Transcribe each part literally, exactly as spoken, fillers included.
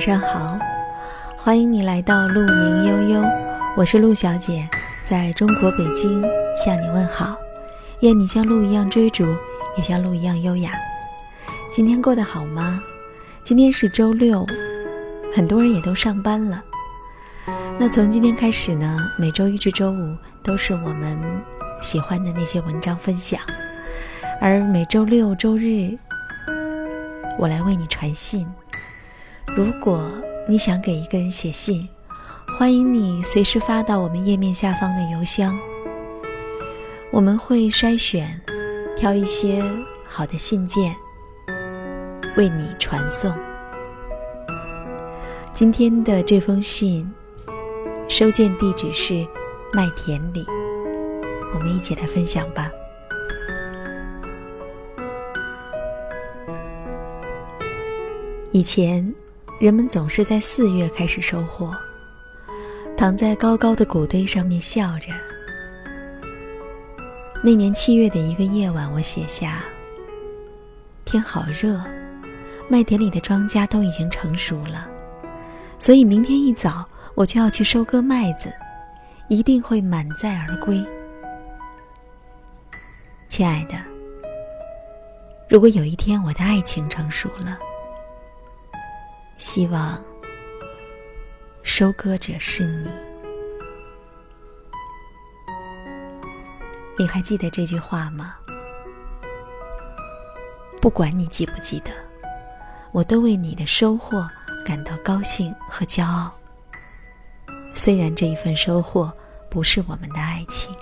上好，欢迎你来到鹿鸣悠悠，我是陆小姐，在中国北京向你问好，愿你像鹿一样追逐，也像鹿一样优雅。今天过得好吗？今天是周六，很多人也都上班了。那从今天开始呢，每周一至周五都是我们喜欢的那些文章分享，而每周六周日我来为你传信。如果你想给一个人写信，欢迎你随时发到我们页面下方的邮箱，我们会筛选挑一些好的信件为你传送。今天的这封信收件地址是麦田里，我们一起来分享吧。以前人们总是在四月开始收获，躺在高高的谷堆上面笑着。那年七月的一个夜晚，我写下：天好热，麦田里的庄稼都已经成熟了，所以明天一早我就要去收割麦子，一定会满载而归。亲爱的，如果有一天我的爱情成熟了，希望收割者是你。你还记得这句话吗？不管你记不记得，我都为你的收获感到高兴和骄傲，虽然这一份收获不是我们的爱情。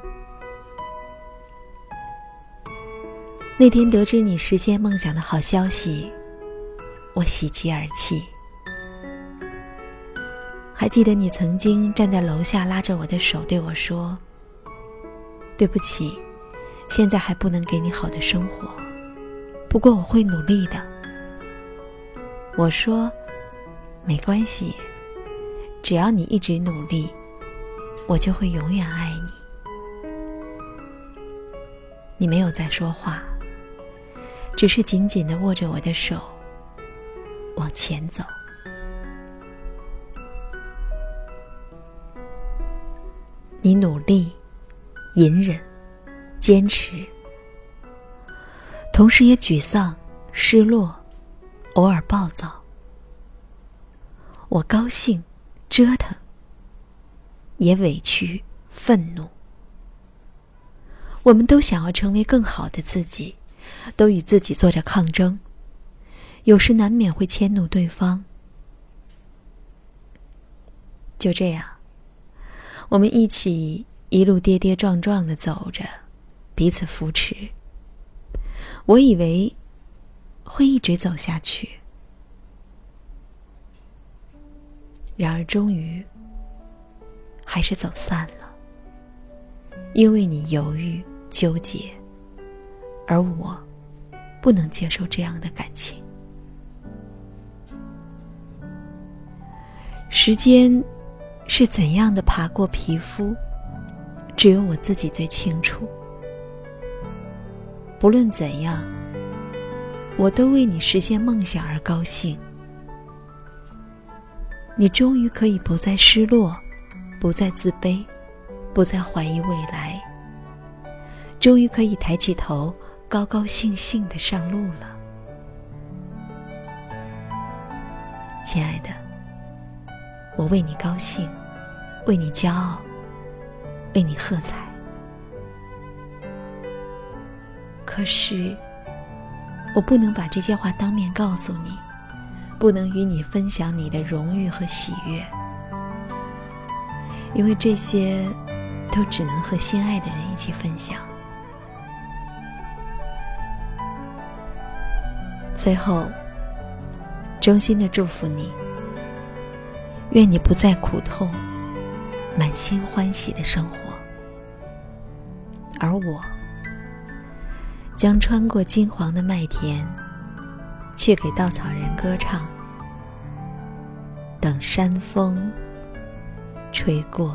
那天得知你实现梦想的好消息，我喜极而泣。还记得你曾经站在楼下拉着我的手对我说：对不起，现在还不能给你好的生活，不过我会努力的。我说没关系，只要你一直努力，我就会永远爱你。你没有再说话，只是紧紧地握着我的手往前走。你努力、隐忍、坚持，同时也沮丧、失落，偶尔暴躁。我高兴、折腾，也委屈、愤怒。我们都想要成为更好的自己，都与自己做着抗争，有时难免会迁怒对方。就这样，我们一起一路跌跌撞撞地走着，彼此扶持。我以为会一直走下去，然而终于还是走散了，因为你犹豫纠结，而我不能接受这样的感情。时间是怎样的爬过皮肤，只有我自己最清楚。不论怎样，我都为你实现梦想而高兴。你终于可以不再失落，不再自卑，不再怀疑未来，终于可以抬起头，高高兴兴地上路了。亲爱的，我为你高兴，为你骄傲，为你喝彩。可是我不能把这些话当面告诉你，不能与你分享你的荣誉和喜悦，因为这些都只能和心爱的人一起分享。最后，衷心的祝福你，愿你不再苦痛，满心欢喜的生活。而我将穿过金黄的麦田，去给稻草人歌唱，等山风吹过。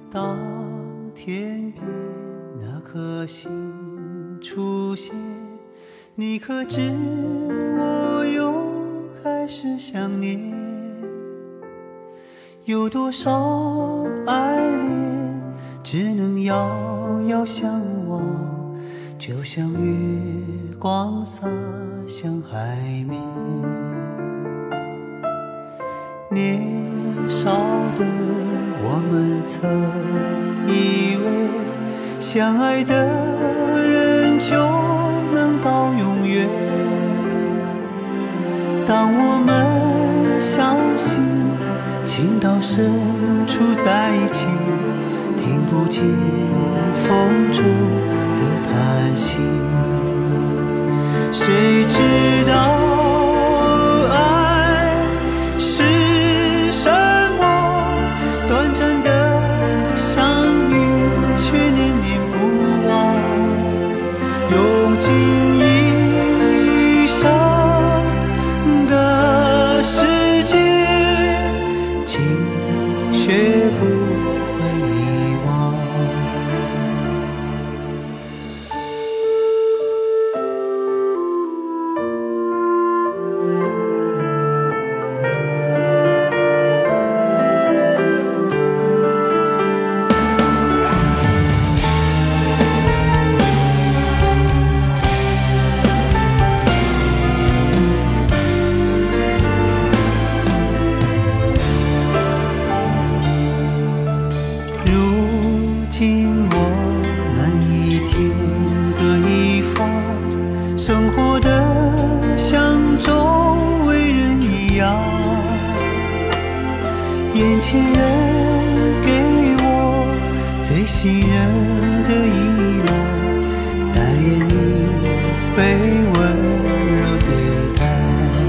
当天边那颗星出现，你可知我又开始想念？有多少爱恋只能遥遥相望，就像月光洒向海面。年少的我们曾以为相爱的人就能到永远，当我们相信情到深处在一起，听不见风中的叹息。谁知道爱是什么？短暂的相遇却念念不忘，用尽一生的时间，竟学不会遗忘。生活的像周围人一样，眼前人给我最信任的依赖，但愿你被温柔对待。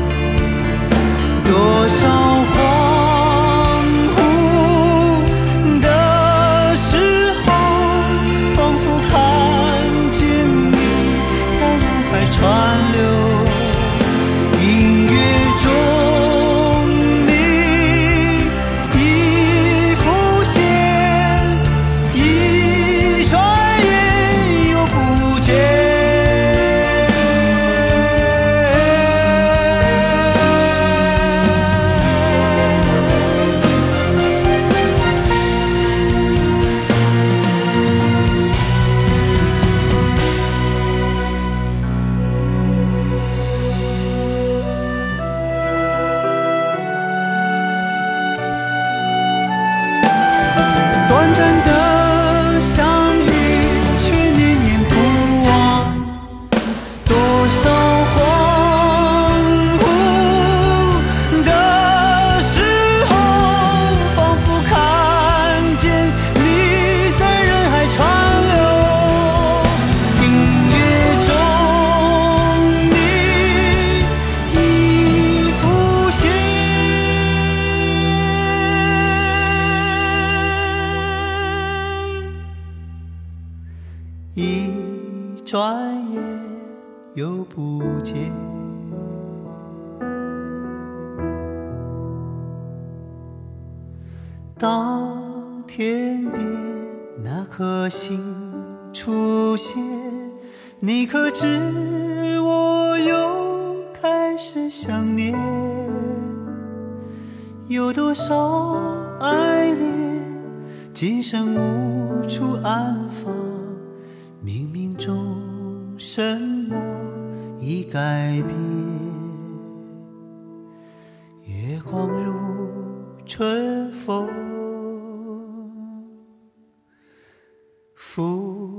多少恍惚的时候，仿佛看见你在人海川流，音乐中你已浮现，一转眼又不见。短暂的相遇却念念不忘，多少恍惚的时候，仿佛看见你在人海川流，音乐中你已浮现，一转眼又不见。当天边那颗星出现，你可知我又开始想念？有多少爱恋今生无处安放，冥冥中什么已改变？月光如春风拂